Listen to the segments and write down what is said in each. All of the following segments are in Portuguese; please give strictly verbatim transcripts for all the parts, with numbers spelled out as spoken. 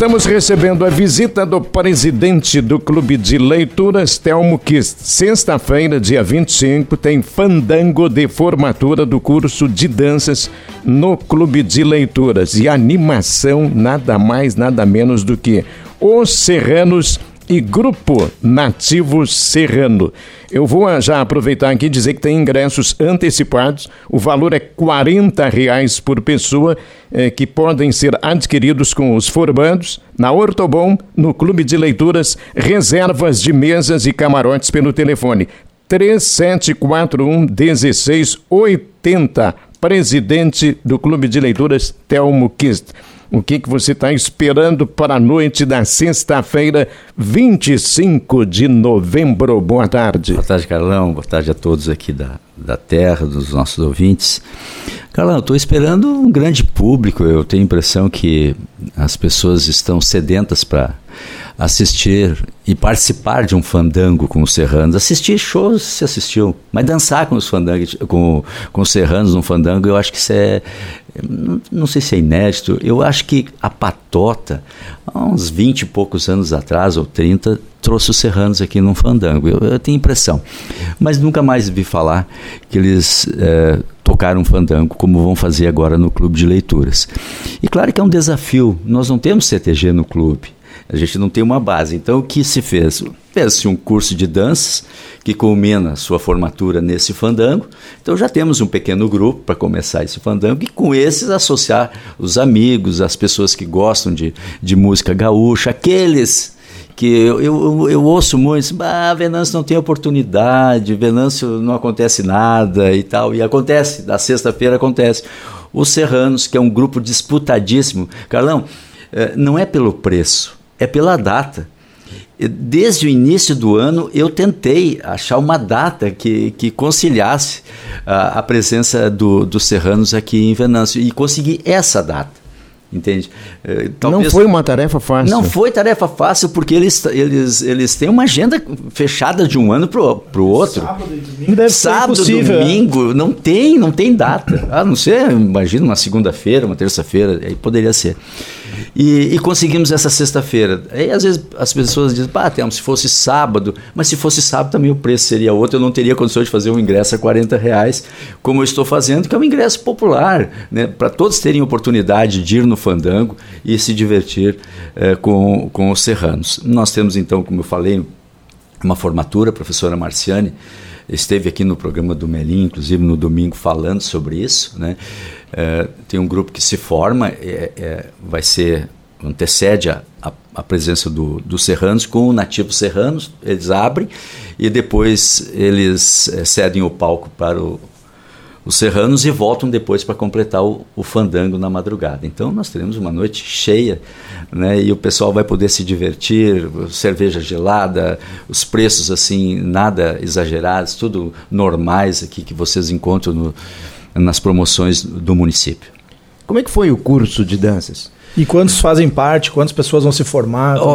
Estamos recebendo a visita do presidente do Clube de Leituras, Telmo Kist. Sexta-feira, dia vinte e cinco, tem fandango de formatura do curso de danças no Clube de Leituras. E animação, nada mais, nada menos do que Os Serranos e Grupo Nativos Serrano. Eu vou já aproveitar aqui e dizer que tem ingressos antecipados. O valor é quarenta reais por pessoa, eh, que podem ser adquiridos com os formandos na Ortobon, no Clube de Leituras, reservas de mesas e camarotes pelo telefone três sete quatro um, um seis oito zero. Presidente do Clube de Leituras, Telmo Kist. O que, que você está esperando para a noite da sexta-feira, vinte e cinco de novembro? Boa tarde. Boa tarde, Carlão. Boa tarde a todos aqui da, da terra, dos nossos ouvintes. Carlão, eu estou esperando um grande público. Eu tenho a impressão que as pessoas estão sedentas para assistir e participar de um fandango com os serranos. Assistir shows se assistiu, mas dançar com os fandangos, com, com os serranos num fandango, eu acho que isso é, não, não sei se é inédito. Eu acho que a Patota, há uns vinte e poucos anos atrás, ou trinta, trouxe os serranos aqui num fandango. Eu, eu tenho impressão, mas nunca mais vi falar que eles é, tocaram um fandango como vão fazer agora no Clube de Leituras. E claro que é um desafio, nós não temos C T G no clube. A gente não tem uma base. Então, o que se fez? Fez-se um curso de danças que culmina sua formatura nesse fandango. Então, já temos um pequeno grupo para começar esse fandango e, com esses, associar os amigos, as pessoas que gostam de, de música gaúcha, aqueles que eu, eu, eu ouço muito, ah, Venâncio não tem oportunidade, Venâncio não acontece nada e tal. E acontece, da sexta-feira acontece. Os Serranos, que é um grupo disputadíssimo. Carlão, não é pelo preço, é pela data. Desde o início do ano eu tentei achar uma data que, que conciliasse a, a presença do, dos serranos aqui em Venâncio e consegui essa data, entende? Talvez, não foi uma tarefa fácil. Não foi tarefa fácil porque eles, eles, eles têm uma agenda fechada de um ano para o outro. Sábado e domingo deve Sábado, ser impossível. Domingo, não tem, não tem data. A não ser, imagina, uma segunda-feira, uma terça-feira, aí poderia ser. E, e conseguimos essa sexta-feira. Aí às vezes as pessoas dizem, pá, Telmo, se fosse sábado, mas se fosse sábado também o preço seria outro, eu não teria condições de fazer um ingresso a quarenta reais, como eu estou fazendo, que é um ingresso popular, né, para todos terem oportunidade de ir no fandango e se divertir eh, com, com os serranos. Nós temos então, como eu falei, uma formatura, a professora Marciane esteve aqui no programa do Melim, inclusive no domingo, falando sobre isso, né? É, tem um grupo que se forma, é, é, vai ser, antecede a, a, a presença do, dos serranos com o Nativos Serranos, eles abrem e depois eles é, cedem o palco para o, os serranos e voltam depois para completar o, o fandango na madrugada. Então nós teremos uma noite cheia, né, e o pessoal vai poder se divertir, cerveja gelada, os preços assim, nada exagerados, tudo normais aqui que vocês encontram no nas promoções do município. Como é que foi o curso de danças? E quantos fazem parte? Quantas pessoas vão se formar? Oh,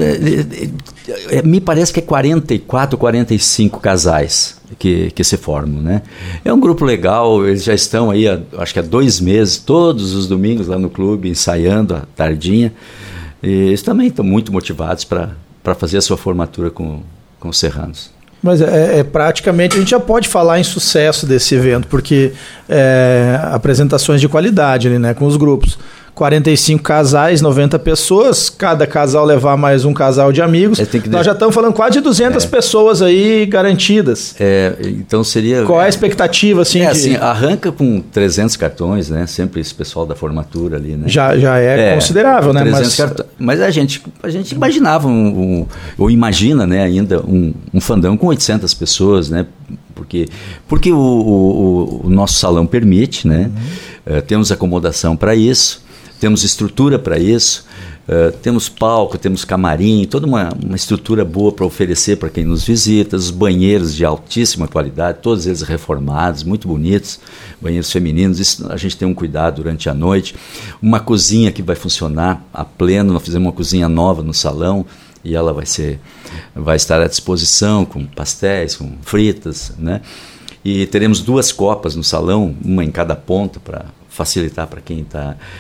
me parece que é quarenta e quatro, quarenta e cinco casais que, que se formam, né? É um grupo legal, eles já estão aí, há, acho que há dois meses, todos os domingos lá no clube, ensaiando à tardinha. E eles também estão muito motivados para fazer a sua formatura com, com os serranos. Mas é, é, praticamente a gente já pode falar em sucesso desse evento, porque é, apresentações de qualidade ali, né, com os grupos. quarenta e cinco casais, noventa pessoas, cada casal levar mais um casal de amigos. Nós já estamos falando quase de duzentas é. pessoas aí garantidas. É, então seria... Qual é a expectativa? Assim, é, de... assim, arranca com trezentos cartões, né? Sempre esse pessoal da formatura ali, né? Já, já é, é considerável, né? Mas, cartões. Mas a gente, a gente imaginava, um, um, ou imagina, né, ainda um, um fandão com oitocentas pessoas, né? Porque, porque o, o, o nosso salão permite, né? Uhum. Uh, temos acomodação para isso. Temos estrutura para isso, uh, temos palco, temos camarim, toda uma, uma estrutura boa para oferecer para quem nos visita, os banheiros de altíssima qualidade, todos eles reformados, muito bonitos, banheiros femininos, isso a gente tem um cuidado durante a noite, uma cozinha que vai funcionar a pleno, nós fizemos uma cozinha nova no salão e ela vai, ser, vai estar à disposição com pastéis, com fritas, né? E teremos duas copas no salão, uma em cada ponta para facilitar para quem está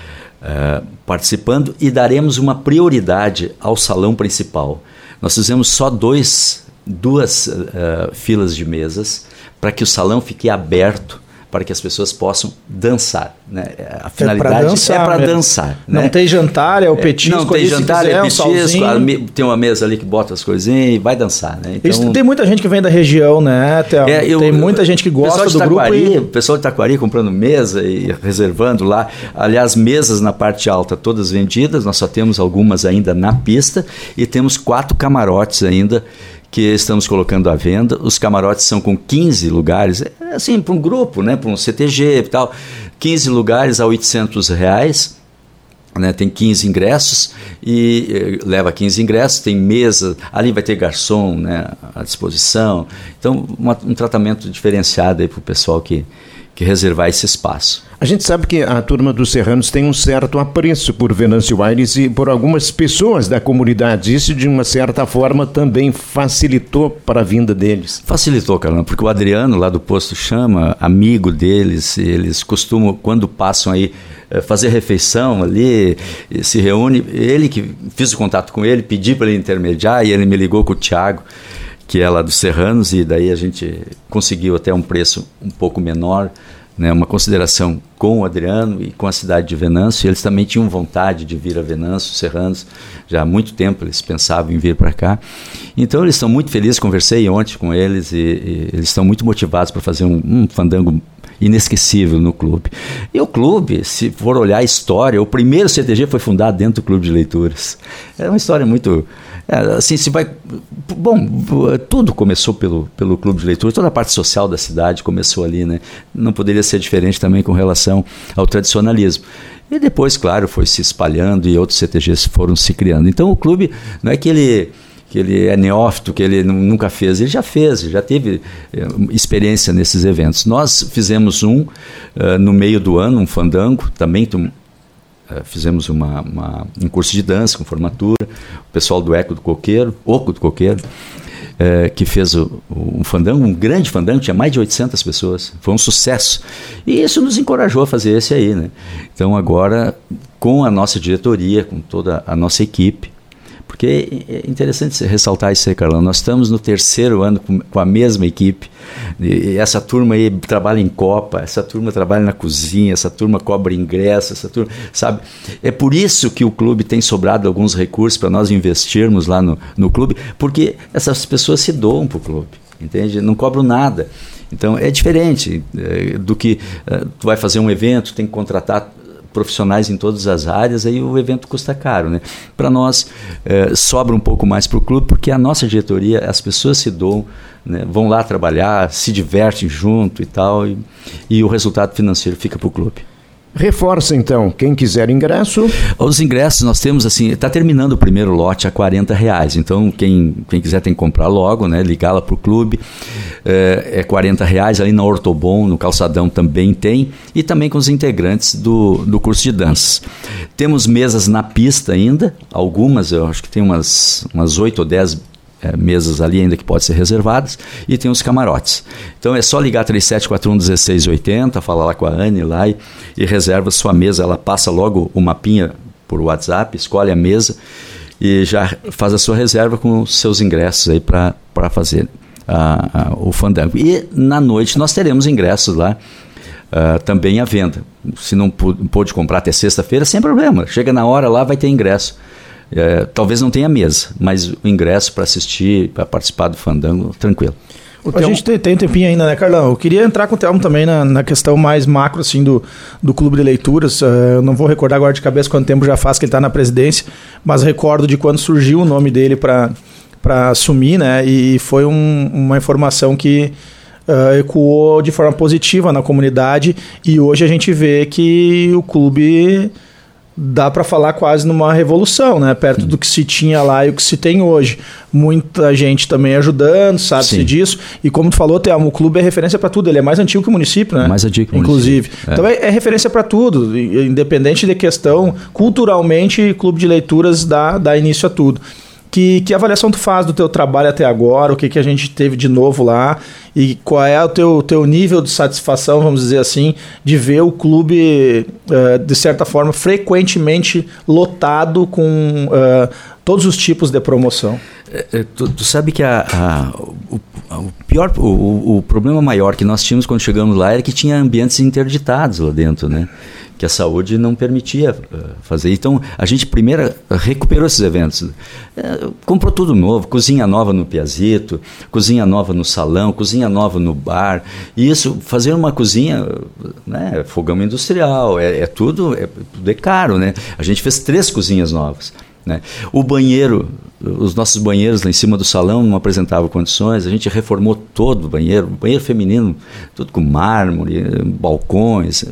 uh, participando e daremos uma prioridade ao salão principal. Nós fizemos só dois, duas uh, filas de mesas para que o salão fique aberto, para que as pessoas possam dançar, né? A finalidade é para dançar. dançar não né? tem jantar, é o petisco. Não tem jantar, quiser, é petisco. Um tem uma mesa ali que bota as coisinhas e vai dançar, né? Então, Isso, tem muita gente que vem da região, né, Theo? É, eu, tem muita gente que gosta do Taquari, grupo. E... O pessoal de Taquari comprando mesa e reservando lá. Aliás, mesas na parte alta todas vendidas, nós só temos algumas ainda na pista e temos quatro camarotes ainda que estamos colocando à venda. Os camarotes são com quinze lugares, assim, para um grupo, né, para um C T G e tal, quinze lugares a oitocentos reais, né, tem quinze ingressos e eh, leva quinze ingressos, tem mesa, ali vai ter garçom, né, à disposição, então uma, um tratamento diferenciado aí para o pessoal que, que reservar esse espaço. A gente sabe que a turma dos Serranos tem um certo apreço por Venâncio Aires e por algumas pessoas da comunidade. Isso, de uma certa forma, também facilitou para a vinda deles. Facilitou, Carlão, porque o Adriano, lá do Posto Chama, amigo deles, eles costumam, quando passam aí, fazer refeição ali, se reúne. Ele que fiz o contato com ele, pedi para ele intermediar e ele me ligou com o Thiago, que é lá dos Serranos, e daí a gente conseguiu até um preço um pouco menor, né, uma consideração com o Adriano e com a cidade de Venâncio. Eles também tinham vontade de vir a Venâncio, Serranos, já há muito tempo eles pensavam em vir para cá. Então eles estão muito felizes, conversei ontem com eles e, e eles estão muito motivados para fazer um, um fandango inesquecível no clube. E o clube, se for olhar a história, o primeiro C T G foi fundado dentro do Clube de Leituras. É uma história muito... É, assim, se vai... Bom, tudo começou pelo, pelo Clube de Leitura, toda a parte social da cidade começou ali, né? Não poderia ser diferente também com relação ao tradicionalismo. E depois, claro, foi se espalhando e outros C T Gs foram se criando. Então o clube, não é que ele... que ele é neófito, que ele nunca fez, ele já fez, já teve eh, experiência nesses eventos. Nós fizemos um uh, no meio do ano, um fandango, também tum, uh, fizemos uma, uma, um curso de dança com formatura, o pessoal do Eco do Coqueiro, Oco do Coqueiro, uh, que fez o, um fandango, um grande fandango, tinha mais de oitocentas pessoas, foi um sucesso. E isso nos encorajou a fazer esse aí, né? Então agora, com a nossa diretoria, com toda a nossa equipe, porque é interessante ressaltar isso aí, Carlão. Nós estamos no terceiro ano com, com a mesma equipe. E essa turma aí trabalha em Copa, essa turma trabalha na cozinha, essa turma cobra ingresso, essa turma, sabe? É por isso que o clube tem sobrado alguns recursos para nós investirmos lá no, no clube, porque essas pessoas se doam para o clube, entende? Não cobram nada. Então é diferente é, do que é, tu vai fazer um evento, tem que contratar profissionais em todas as áreas, aí o evento custa caro, né? Para nós, é, sobra um pouco mais para o clube, porque a nossa diretoria, as pessoas se doam, né? Vão lá trabalhar, se divertem junto e tal, e, e o resultado financeiro fica para o clube. Reforça então, quem quiser ingresso. Os ingressos nós temos assim, está terminando o primeiro lote a quarenta reais, então quem, quem quiser tem que comprar logo, né? Ligar lá para o clube, é, é quarenta reais, ali na Ortobon, no Calçadão também tem, e também com os integrantes do, do curso de danças. Temos mesas na pista ainda, algumas, eu acho que tem umas, umas oito ou dez É, mesas ali ainda que podem ser reservadas, e tem os camarotes. Então é só ligar três sete quatro um um seis oito zero, falar lá com a Anne lá e, e reserva sua mesa. Ela passa logo o mapinha por WhatsApp, escolhe a mesa e já faz a sua reserva com os seus ingressos aí para fazer a, a, o fandango. E na noite nós teremos ingressos lá uh, também à venda. Se não pôde comprar até sexta-feira, sem problema, chega na hora lá, vai ter ingresso. É, talvez não tenha mesa, mas o ingresso para assistir, para participar do fandango, tranquilo. A Telmo... gente tem, tem um tempinho ainda, né, Carlão? Eu queria entrar com o Telmo também na, na questão mais macro assim, do, do Clube de Leituras. Uh, eu não vou recordar agora de cabeça quanto tempo já faz que ele está na presidência, mas recordo de quando surgiu o nome dele para assumir, né? E foi um, uma informação que uh, ecoou de forma positiva na comunidade, e hoje a gente vê que o clube... dá para falar quase numa revolução, né? Perto do que se tinha lá e o que se tem hoje. Muita gente também ajudando, sabe-se Sim. disso. E como tu falou, Telmo, o clube é referência para tudo. Ele é mais antigo que o município, né? Mais antigo que o Inclusive. município. É. Então é, é referência para tudo. Independente de questão, culturalmente, Clube de Leituras dá, dá início a tudo. Que, que avaliação tu faz do teu trabalho até agora? O que, que a gente teve de novo lá? E qual é o teu, teu nível de satisfação, vamos dizer assim, de ver o clube, uh, de certa forma, frequentemente lotado com uh, todos os tipos de promoção? É, tu, tu sabe que a, a, o, o pior, o, o problema maior que nós tínhamos quando chegamos lá era que tinha ambientes interditados lá dentro, né? Que a saúde não permitia uh, fazer. Então, a gente primeiro recuperou esses eventos. Uh, comprou tudo novo, cozinha nova no Piazito, cozinha nova no salão, cozinha nova no bar. E isso, fazer uma cozinha, né, fogão industrial, é, é tudo, é, tudo é caro, né? A gente fez três cozinhas novas. Né? O banheiro, os nossos banheiros lá em cima do salão não apresentavam condições, a gente reformou todo o banheiro, banheiro feminino, tudo com mármore, balcões,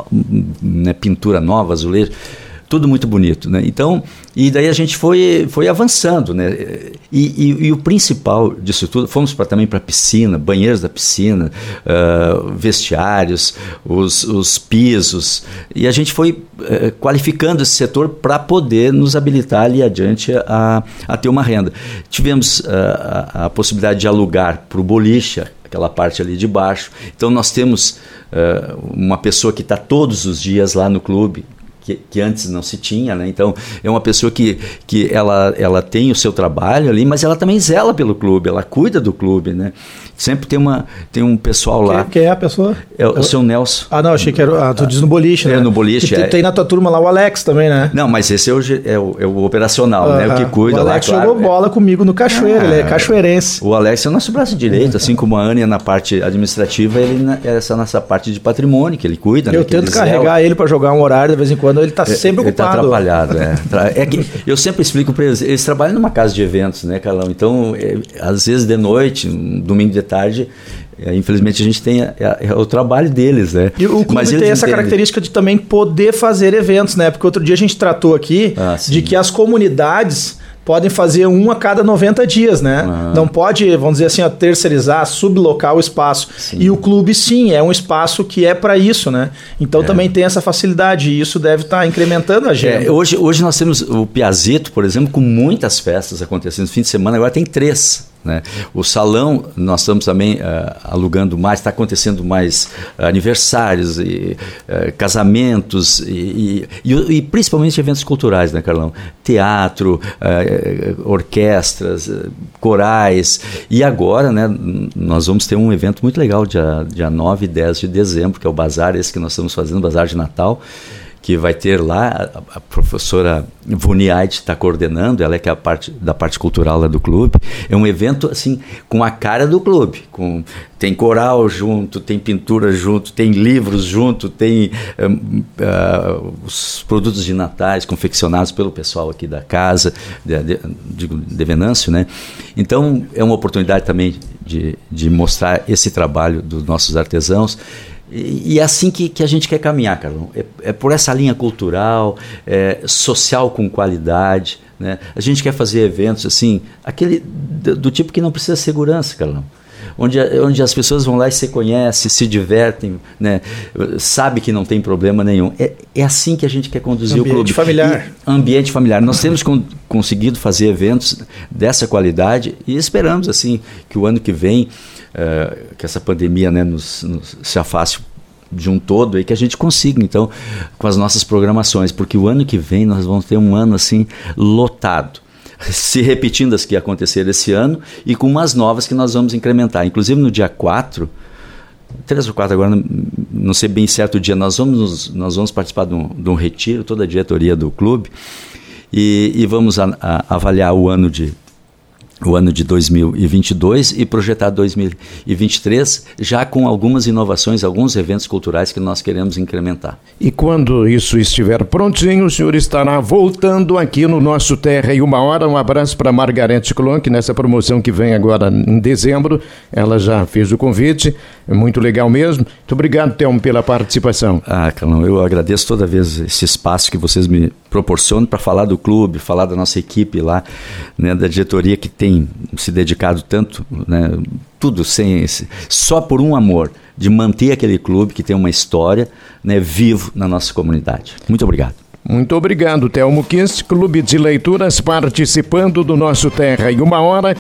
né, pintura nova, azulejo, tudo muito bonito, né? Então, e daí a gente foi, foi avançando, né? E, e, e o principal disso tudo, fomos pra, também para a piscina, banheiros da piscina, uh, vestiários, os, os pisos, e a gente foi uh, qualificando esse setor para poder nos habilitar ali adiante a, a ter uma renda. Tivemos uh, a, a possibilidade de alugar para o boliche, aquela parte ali de baixo. Então nós temos uh, uma pessoa que está todos os dias lá no clube, Que, que antes não se tinha, né? Então é uma pessoa que, que ela, ela tem o seu trabalho ali, mas ela também zela pelo clube, ela cuida do clube, né? Sempre tem, uma, tem um pessoal lá. Quem é a pessoa? É o, o seu Nelson. Ah, não, achei que era. Ah, tu diz no boliche, né? É, no boliche. Que é. Tem na tua turma lá o Alex também, né? Não, mas esse é o, é o, é o operacional, uh-huh. né? O que cuida lá. O Alex lá, jogou claro, bola é. comigo no Cachoeira, ah, ele é cachoeirense. O Alex é o nosso braço direito, assim como a Ânia na parte administrativa, ele na, é essa nossa parte de patrimônio que ele cuida. Eu né, tento carregar ele para jogar um horário, de vez em quando ele tá sempre ele ocupado. Está atrapalhado, é. É que eu sempre explico para eles, eles trabalham numa casa de eventos, né, Carlão? Então, é, às vezes de noite, um domingo de tarde, é, infelizmente a gente tem é, é o trabalho deles, né? E o clube Mas tem essa entendem. característica de também poder fazer eventos, né? Porque outro dia a gente tratou aqui ah, de que as comunidades podem fazer um a cada noventa dias, né? Ah. Não pode, vamos dizer assim, ó, terceirizar, sublocar o espaço. Sim. E o clube, sim, é um espaço que é para isso, né? Então é. também tem essa facilidade e isso deve estar tá incrementando a agenda. É, hoje, hoje nós temos o Piazito, por exemplo, com muitas festas acontecendo no fim de semana, agora tem três. Né? O salão, nós estamos também uh, alugando mais, está acontecendo mais uh, aniversários, e, uh, casamentos e, e, e, e principalmente eventos culturais, né, Carlão? Teatro, uh, orquestras, uh, corais. E agora, né, nós vamos ter um evento muito legal, dia, dia nove e dez de dezembro, que é o Bazar, esse que nós estamos fazendo, o Bazar de Natal, que vai ter lá, a, a professora Vuniaide está coordenando, ela é que é a parte da parte cultural lá do clube. É um evento assim com a cara do clube, com, tem coral junto, tem pintura junto, tem livros junto, tem um, uh, os produtos de natais confeccionados pelo pessoal aqui da casa, de, de, de, de Venâncio, né? Então é uma oportunidade também de, de mostrar esse trabalho dos nossos artesãos. E é assim que, que a gente quer caminhar, Carlão. É, é por essa linha cultural, é, social com qualidade, né? A gente quer fazer eventos assim, aquele do, do tipo que não precisa de segurança, Carlão. Onde, onde as pessoas vão lá e se conhecem, se divertem, né? Sabe que não tem problema nenhum. É, é assim que a gente quer conduzir ambiente o clube. Familiar. E, ambiente familiar. Nós temos con, conseguido fazer eventos dessa qualidade e esperamos assim que o ano que vem, uh, que essa pandemia, né, nos, nos, se afaste de um todo e que a gente consiga, então, com as nossas programações, porque o ano que vem nós vamos ter um ano assim lotado, se repetindo as que aconteceram esse ano e com umas novas que nós vamos incrementar. Inclusive no dia quatro, três ou quatro agora, não, não sei bem certo o dia, nós vamos, nós vamos participar de um, de um retiro, toda a diretoria do clube, e, e vamos a, a, avaliar o ano de o ano de dois mil e vinte e dois e projetar dois mil e vinte e três já com algumas inovações, alguns eventos culturais que nós queremos incrementar. E quando isso estiver prontinho, o senhor estará voltando aqui no nosso Terra em Uma Hora. Um abraço para Margarete Colon, que nessa promoção que vem agora em dezembro, ela já fez o convite, é muito legal mesmo. Muito obrigado, Telmo, pela participação. Ah, Carlão, eu agradeço toda vez esse espaço que vocês me proporcionam para falar do clube, falar da nossa equipe lá, né, da diretoria que tem se dedicado tanto, né, tudo sem esse, só por um amor de manter aquele clube que tem uma história, né, vivo na nossa comunidade. Muito obrigado. Muito obrigado, Telmo Kist, Clube de Leituras, participando do nosso Terra em Uma Hora.